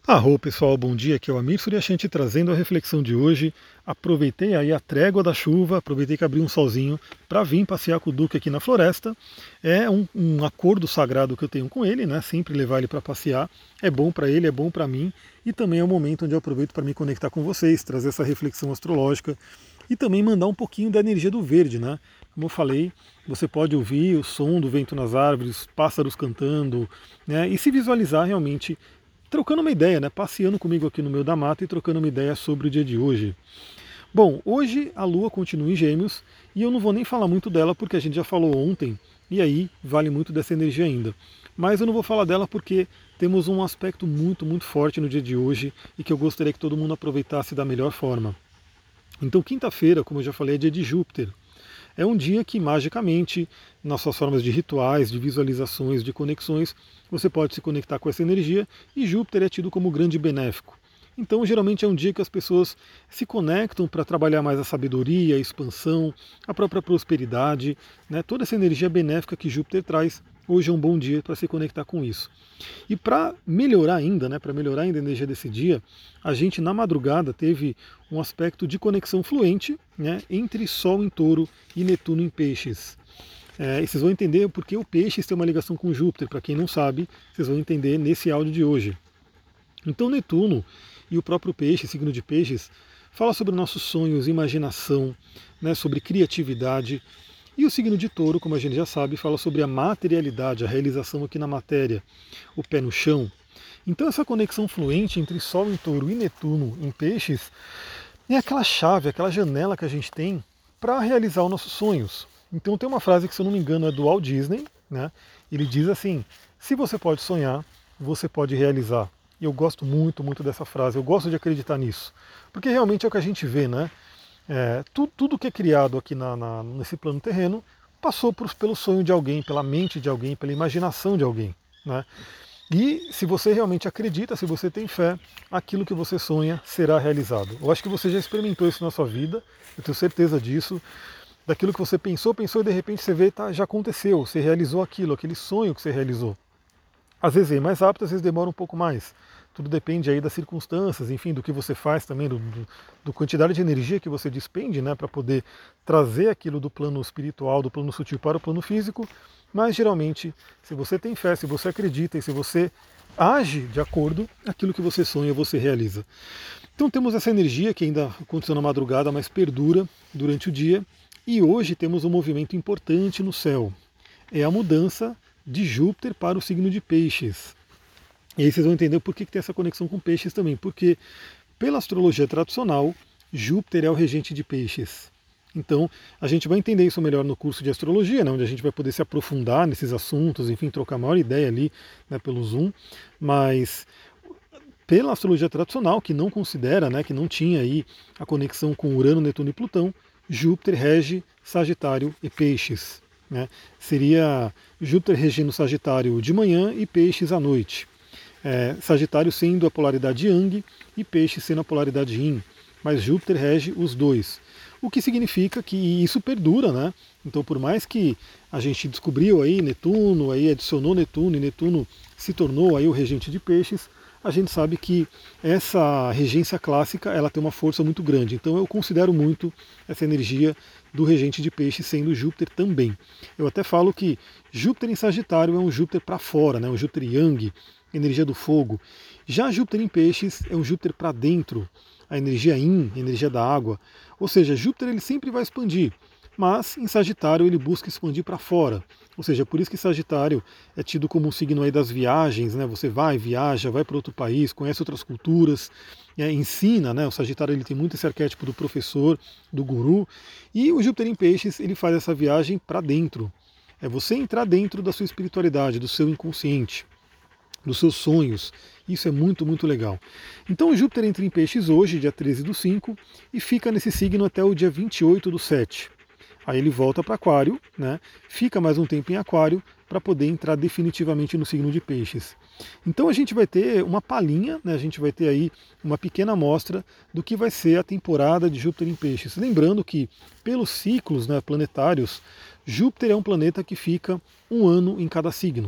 Arro pessoal, bom dia, aqui é o Amir Suryashanti trazendo a reflexão de hoje. Aproveitei aí a trégua da chuva, aproveitei que abriu um solzinho para vir passear com o Duque aqui na floresta. É um acordo sagrado que eu tenho com ele, né? Sempre levar ele para passear. É bom para ele, é bom para mim e também é um momento onde eu aproveito para me conectar com vocês, trazer essa reflexão astrológica e também mandar um pouquinho da energia do verde, né? Como eu falei, você pode ouvir o som do vento nas árvores, pássaros cantando, né? E se visualizar realmente trocando uma ideia, né? Passeando comigo aqui no meio da mata e trocando uma ideia sobre o dia de hoje. Bom, hoje a Lua continua em Gêmeos e eu não vou nem falar muito dela porque a gente já falou ontem e aí vale muito dessa energia ainda. Mas eu não vou falar dela porque temos um aspecto muito forte no dia de hoje e que eu gostaria que todo mundo aproveitasse da melhor forma. Então, quinta-feira, como eu já falei, é dia de Júpiter. É um dia que, magicamente, nas suas formas de rituais, de visualizações, de conexões, você pode se conectar com essa energia e Júpiter é tido como grande benéfico. Então, geralmente é um dia que as pessoas se conectam para trabalhar mais a sabedoria, a expansão, a própria prosperidade, né? Toda essa energia benéfica que Júpiter traz. Hoje é um bom dia para se conectar com isso. E para melhorar ainda, né, para melhorar ainda a energia desse dia, a gente na madrugada teve um aspecto de conexão fluente, né, entre Sol em Touro e Netuno em Peixes. E vocês vão entender porque o Peixes tem uma ligação com Júpiter. Para quem não sabe, vocês vão entender nesse áudio de hoje. Então Netuno e o próprio Peixe, signo de Peixes, fala sobre nossos sonhos, imaginação, né, sobre criatividade. E o signo de Touro, como a gente já sabe, fala sobre a materialidade, a realização aqui na matéria, o pé no chão. Então essa conexão fluente entre Sol em Touro e Netuno em Peixes é aquela chave, aquela janela que a gente tem para realizar os nossos sonhos. Então tem uma frase que, se eu não me engano, é do Walt Disney, né? Ele diz assim: se você pode sonhar, você pode realizar. E eu gosto muito dessa frase, eu gosto de acreditar nisso. Porque realmente é o que a gente vê, né? Tudo que é criado aqui nesse plano terreno passou pelo sonho de alguém, pela mente de alguém, pela imaginação de alguém, né? E se você realmente acredita, se você tem fé, aquilo que você sonha será realizado. Eu acho que você já experimentou isso na sua vida, eu tenho certeza disso. Daquilo que você pensou e de repente você vê, tá, já aconteceu, você realizou aquilo, aquele sonho que você realizou. Às vezes é mais rápido, às vezes demora um pouco mais. Tudo depende aí das circunstâncias, enfim, do que você faz também, do quantidade de energia que você despende, né, para poder trazer aquilo do plano espiritual, do plano sutil para o plano físico. Mas geralmente, se você tem fé, se você acredita e se você age de acordo, aquilo que você sonha, você realiza. Então temos essa energia que ainda aconteceu na madrugada, mas perdura durante o dia. E hoje temos um movimento importante no céu. É a mudança de Júpiter para o signo de Peixes. E aí vocês vão entender por que tem essa conexão com Peixes também. Porque, pela astrologia tradicional, Júpiter é o regente de Peixes. Então, a gente vai entender isso melhor no curso de astrologia, né, onde a gente vai poder se aprofundar nesses assuntos, enfim, trocar maior ideia ali, né, pelo Zoom. Mas, pela astrologia tradicional, que não considera, né, que não tinha aí a conexão com Urano, Netuno e Plutão, Júpiter rege Sagitário e Peixes, né? Seria Júpiter regendo Sagitário de manhã e Peixes à noite. Sagitário sendo a polaridade Yang e Peixes sendo a polaridade Yin. Mas Júpiter rege os dois. O que significa que isso perdura, né? Então, por mais que a gente descobriu aí Netuno, aí adicionou Netuno e Netuno se tornou aí o regente de Peixes, a gente sabe que essa regência clássica ela tem uma força muito grande. Então eu considero muito essa energia do regente de Peixes sendo Júpiter também. Eu até falo que Júpiter em Sagitário é um Júpiter para fora, né? Um Júpiter Yang, energia do fogo. Já Júpiter em Peixes é um Júpiter para dentro, a energia Yin, a energia da água. Ou seja, Júpiter ele sempre vai expandir, mas em Sagitário ele busca expandir para fora. Ou seja, por isso que Sagitário é tido como um signo aí das viagens, né? Você vai, viaja, vai para outro país, conhece outras culturas, ensina, né? O Sagitário ele tem muito esse arquétipo do professor, do guru, e o Júpiter em Peixes ele faz essa viagem para dentro. É você entrar dentro da sua espiritualidade, do seu inconsciente, dos seus sonhos. Isso é muito legal. Então o Júpiter entra em Peixes hoje, dia 13/5, e fica nesse signo até o dia 28/7. Aí ele volta para Aquário, né? Fica mais um tempo em Aquário para poder entrar definitivamente no signo de Peixes. Então a gente vai ter uma palhinha, né? A gente vai ter aí uma pequena amostra do que vai ser a temporada de Júpiter em Peixes. Lembrando que, pelos ciclos, né, planetários, Júpiter é um planeta que fica um ano em cada signo.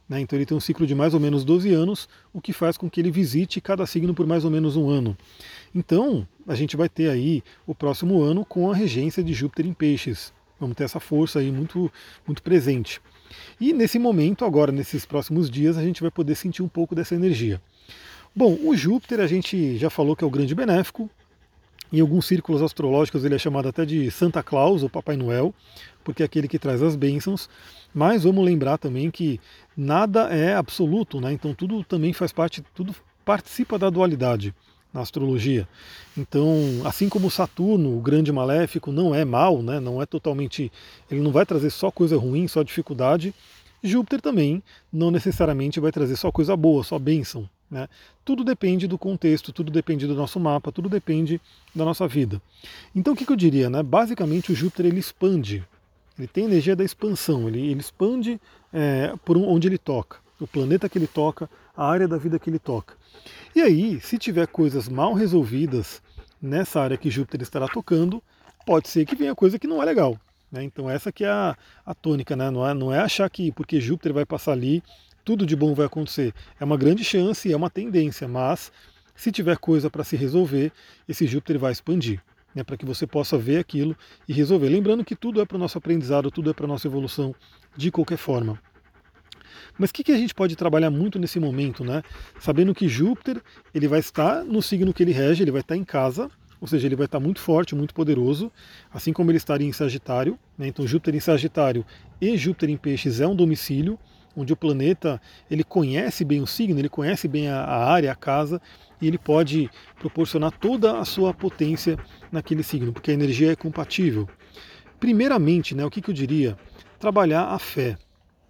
né? Então ele tem um ciclo de mais ou menos 12 anos, o que faz com que ele visite cada signo por mais ou menos um ano. Então a gente vai ter aí o próximo ano com a regência de Júpiter em Peixes. Vamos ter essa força aí muito, muito presente. E nesse momento, agora, nesses próximos dias, a gente vai poder sentir um pouco dessa energia. Bom, o Júpiter a gente já falou que é o grande benéfico. Em alguns círculos astrológicos ele é chamado até de Santa Claus ou Papai Noel, porque é aquele que traz as bênçãos. Mas vamos lembrar também que nada é absoluto, né? Então tudo também faz parte, tudo participa da dualidade na astrologia. Então, assim como Saturno, o grande maléfico, não é mal, né? Não é totalmente, ele não vai trazer só coisa ruim, só dificuldade. Júpiter também não necessariamente vai trazer só coisa boa, só bênção, né? Tudo depende do contexto, tudo depende do nosso mapa, tudo depende da nossa vida. Então o que eu diria, né? Basicamente o Júpiter ele expande, ele tem energia da expansão, ele expande por onde ele toca, o planeta que ele toca, a área da vida que ele toca. E aí, se tiver coisas mal resolvidas nessa área que Júpiter estará tocando, pode ser que venha coisa que não é legal, né? Então essa que é a tônica, né? Não é achar que porque Júpiter vai passar ali, tudo de bom vai acontecer. É uma grande chance, é uma tendência, mas se tiver coisa para se resolver, esse Júpiter vai expandir, né, para que você possa ver aquilo e resolver. Lembrando que tudo é para o nosso aprendizado, tudo é para a nossa evolução de qualquer forma. Mas o que a gente pode trabalhar muito nesse momento, né? Sabendo que Júpiter ele vai estar no signo que ele rege, ele vai estar em casa, ou seja, ele vai estar muito forte, muito poderoso, assim como ele estaria em Sagitário, né? Então Júpiter em Sagitário e Júpiter em Peixes é um domicílio, onde o planeta ele conhece bem o signo, ele conhece bem a área, a casa, e ele pode proporcionar toda a sua potência naquele signo, porque a energia é compatível. Primeiramente, né, o que eu diria? Trabalhar a fé.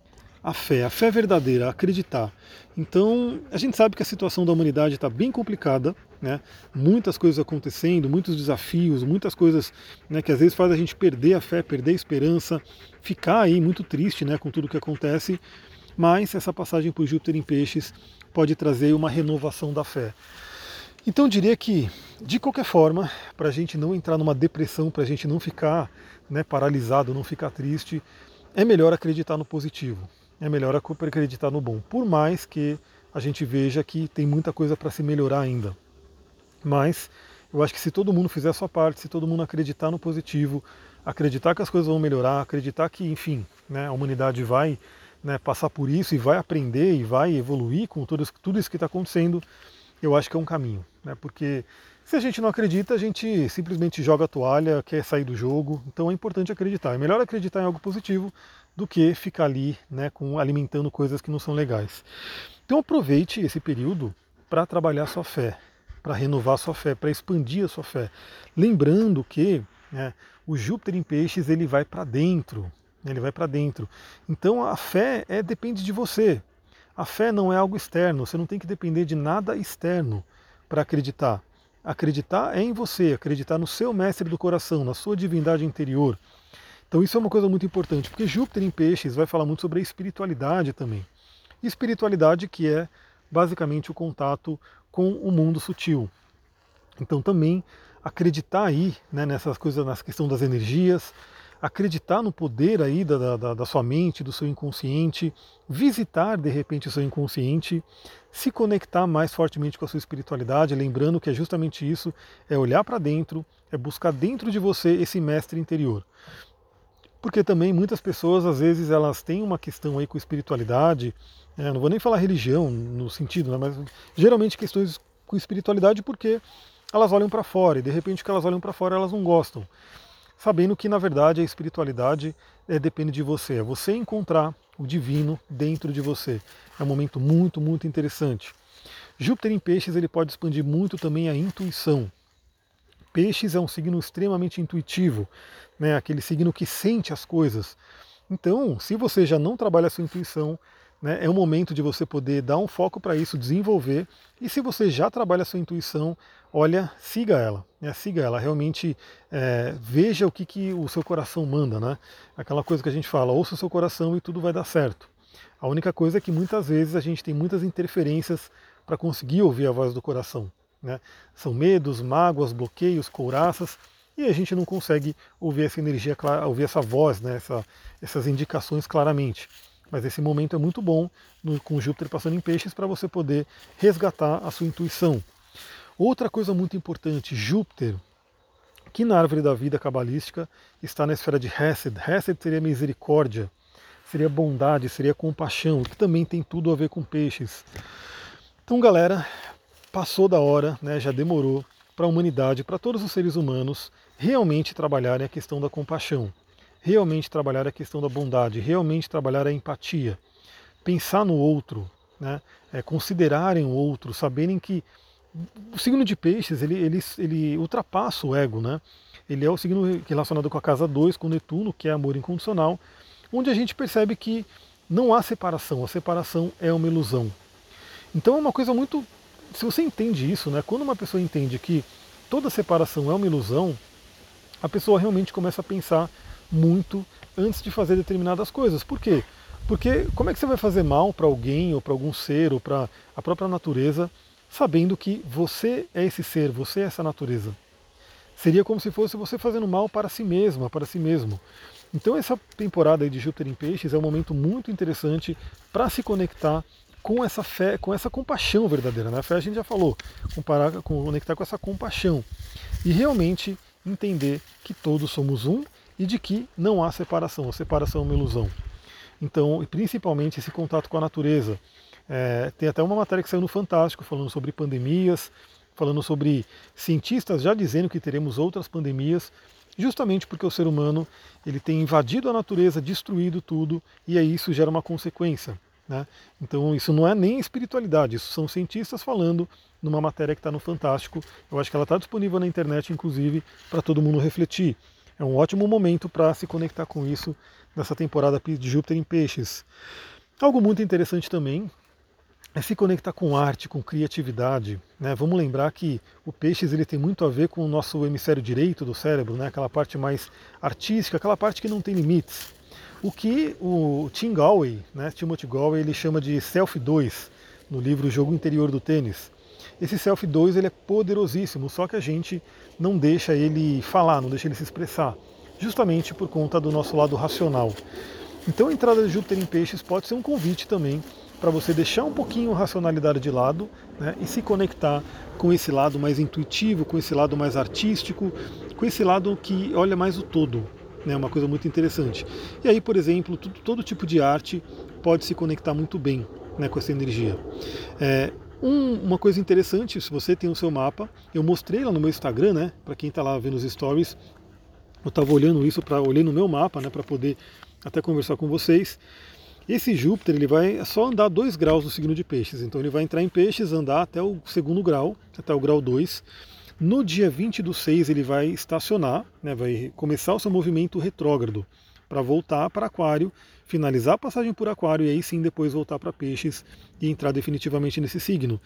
A fé verdadeira, acreditar. Então, a gente sabe que a situação da humanidade está bem complicada, né? Muitas coisas acontecendo, muitos desafios, muitas coisas, né, que às vezes faz a gente perder a fé, perder a esperança, ficar aí muito triste, né, com tudo que acontece. Mas essa passagem por Júpiter em Peixes pode trazer uma renovação da fé. Então eu diria que, de qualquer forma, para a gente não entrar numa depressão, para a gente não ficar, né, paralisado, não ficar triste, é melhor acreditar no positivo, é melhor acreditar no bom, por mais que a gente veja que tem muita coisa para se melhorar ainda. Mas eu acho que se todo mundo fizer a sua parte, se todo mundo acreditar no positivo, acreditar que as coisas vão melhorar, acreditar que, enfim, né, a humanidade vai, né, passar por isso e vai aprender e vai evoluir com tudo isso que está acontecendo, eu acho que é um caminho, né? Porque se a gente não acredita, a gente simplesmente joga a toalha, quer sair do jogo. Então é importante acreditar. É melhor acreditar em algo positivo do que ficar ali, né, alimentando coisas que não são legais. Então aproveite esse período para trabalhar a sua fé, para renovar a sua fé, para expandir a sua fé. Lembrando que, né, o Júpiter em Peixes ele vai para dentro. Ele vai para dentro. Então a fé depende de você. A fé não é algo externo, você não tem que depender de nada externo para acreditar. Acreditar é em você, acreditar no seu mestre do coração, na sua divindade interior. Então isso é uma coisa muito importante, porque Júpiter em Peixes vai falar muito sobre a espiritualidade também. Espiritualidade que é basicamente o contato com o mundo sutil. Então também acreditar aí, né, nessas coisas, nessa questão das energias, acreditar no poder aí da sua mente, do seu inconsciente, visitar de repente o seu inconsciente, se conectar mais fortemente com a sua espiritualidade, lembrando que é justamente isso, é olhar para dentro, é buscar dentro de você esse mestre interior. Porque também muitas pessoas, às vezes, elas têm uma questão aí com espiritualidade, não vou nem falar religião no sentido, né, mas geralmente questões com espiritualidade porque elas olham para fora e de repente que elas olham para fora elas não gostam. Sabendo que na verdade a espiritualidade depende de você, é você encontrar o divino dentro de você. É um momento muito, muito interessante. Júpiter em Peixes ele pode expandir muito também a intuição. Peixes é um signo extremamente intuitivo, né? Aquele signo que sente as coisas. Então, se você já não trabalha a sua intuição, né, é um momento de você poder dar um foco para isso, desenvolver. E se você já trabalha a sua intuição, olha, siga ela. Né, siga ela, realmente veja o que o seu coração manda. Né? Aquela coisa que a gente fala, ouça o seu coração e tudo vai dar certo. A única coisa é que muitas vezes a gente tem muitas interferências para conseguir ouvir a voz do coração. Né? São medos, mágoas, bloqueios, couraças, e a gente não consegue ouvir essa energia, ouvir essa voz, né? Essas indicações claramente. Mas esse momento é muito bom com Júpiter passando em peixes para você poder resgatar a sua intuição. Outra coisa muito importante, Júpiter, que na árvore da vida cabalística está na esfera de Hesed. Hesed seria misericórdia, seria bondade, seria compaixão, que também tem tudo a ver com peixes. Então, galera, passou da hora, né, já demorou para a humanidade, para todos os seres humanos, realmente trabalharem a questão da compaixão, realmente trabalhar a questão da bondade, realmente trabalhar a empatia, pensar no outro, né, considerarem o outro, saberem que o signo de peixes, ele ultrapassa o ego, né? Ele é o signo relacionado com a casa 2, com Netuno, que é amor incondicional, onde a gente percebe que não há separação, a separação é uma ilusão. Então é uma coisa muito... Se você entende isso, né? Quando uma pessoa entende que toda separação é uma ilusão, a pessoa realmente começa a pensar muito antes de fazer determinadas coisas. Por quê? Porque como é que você vai fazer mal para alguém, ou para algum ser, ou para a própria natureza, sabendo que você é esse ser, você é essa natureza? Seria como se fosse você fazendo mal para si mesma, para si mesmo. Então essa temporada aí de Júpiter em Peixes é um momento muito interessante para se conectar com essa fé, com essa compaixão verdadeira. Né? A fé a gente já falou, conectar com essa compaixão e realmente entender que todos somos um e de que não há separação, a separação é uma ilusão. Então, e principalmente esse contato com a natureza. Tem até uma matéria que saiu no Fantástico falando sobre pandemias, falando sobre cientistas já dizendo que teremos outras pandemias, justamente porque o ser humano ele tem invadido a natureza, destruído tudo, e aí isso gera uma consequência. Né? Então isso não é nem espiritualidade, isso são cientistas falando numa matéria que está no Fantástico. Eu acho que ela está disponível na internet, inclusive, para todo mundo refletir. É um ótimo momento para se conectar com isso nessa temporada de Júpiter em Peixes. Algo muito interessante também é se conectar com arte, com criatividade. Né? Vamos lembrar que o Peixes ele tem muito a ver com o nosso hemisfério direito do cérebro, né? Aquela parte mais artística, aquela parte que não tem limites. O que o Tim Galway, né, Timothy Galway, ele chama de Self 2, no livro O Jogo Interior do Tênis. Esse Self 2 ele é poderosíssimo, só que a gente não deixa ele falar, não deixa ele se expressar, justamente por conta do nosso lado racional. Então a entrada de Júpiter em Peixes pode ser um convite também para você deixar um pouquinho a racionalidade de lado, né, e se conectar com esse lado mais intuitivo, com esse lado mais artístico, com esse lado que olha mais o todo. É uma coisa muito interessante. E aí, por exemplo, todo tipo de arte pode se conectar muito bem, né, com essa energia. Uma coisa interessante, se você tem o seu mapa, eu mostrei lá no meu Instagram, né, para quem está lá vendo os stories, eu estava olhando isso, olhei no meu mapa, né, para poder até conversar com vocês. Esse Júpiter ele vai só andar 2 graus no signo de Peixes, então ele vai entrar em Peixes, andar até o 2º grau, até o grau 2. No dia 20/6 ele vai estacionar, né, vai começar o seu movimento retrógrado para voltar para Aquário, finalizar a passagem por Aquário e aí sim depois voltar para Peixes e entrar definitivamente nesse signo.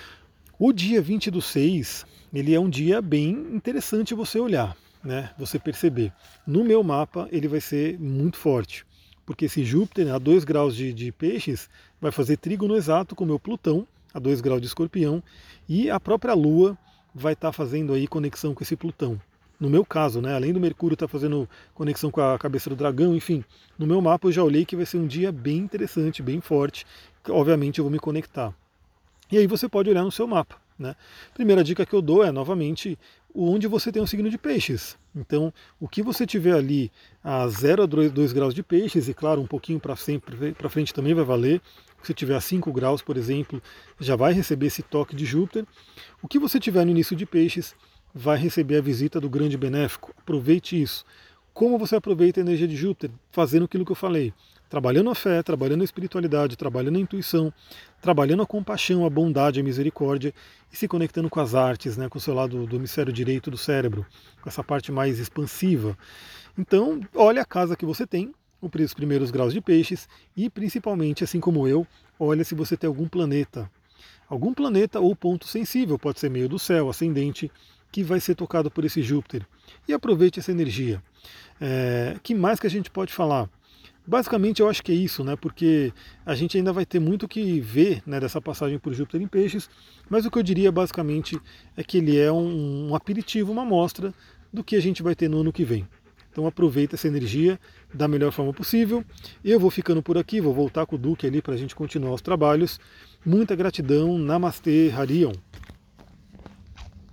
O dia 20/6 ele é um dia bem interessante você olhar, né, você perceber. No meu mapa ele vai ser muito forte, porque esse Júpiter a 2 graus de Peixes vai fazer trígono exato com o meu Plutão a 2 graus de Escorpião e a própria Lua vai estar fazendo aí conexão com esse Plutão. No meu caso, né, além do Mercúrio estar fazendo conexão com a cabeça do dragão, enfim, no meu mapa eu já olhei que vai ser um dia bem interessante, bem forte, que, obviamente eu vou me conectar. E aí você pode olhar no seu mapa. Né? Primeira dica que eu dou é, novamente, onde você tem um signo de Peixes. Então, o que você tiver ali a 0 a 2 graus de Peixes, e claro, um pouquinho para frente também vai valer, se tiver a 5 graus, por exemplo, já vai receber esse toque de Júpiter. O que você tiver no início de Peixes vai receber a visita do grande benéfico. Aproveite isso. Como você aproveita a energia de Júpiter? Fazendo aquilo que eu falei. Trabalhando a fé, trabalhando a espiritualidade, trabalhando a intuição, trabalhando a compaixão, a bondade, a misericórdia e se conectando com as artes, né, com o seu lado do hemisfério direito do cérebro, com essa parte mais expansiva. Então, olha a casa que você tem, os primeiros graus de Peixes e principalmente, assim como eu, olha se você tem algum planeta ou ponto sensível, pode ser meio do céu, ascendente, que vai ser tocado por esse Júpiter. E aproveite essa energia. Que mais que a gente pode falar? Basicamente eu acho que é isso, né? Porque a gente ainda vai ter muito que ver, né, dessa passagem por Júpiter em Peixes, mas o que eu diria basicamente é que ele é um aperitivo, uma amostra do que a gente vai ter no ano que vem. Então aproveita essa energia da melhor forma possível. Eu vou ficando por aqui, vou voltar com o Duque ali para a gente continuar os trabalhos. Muita gratidão, Namastê, Harion.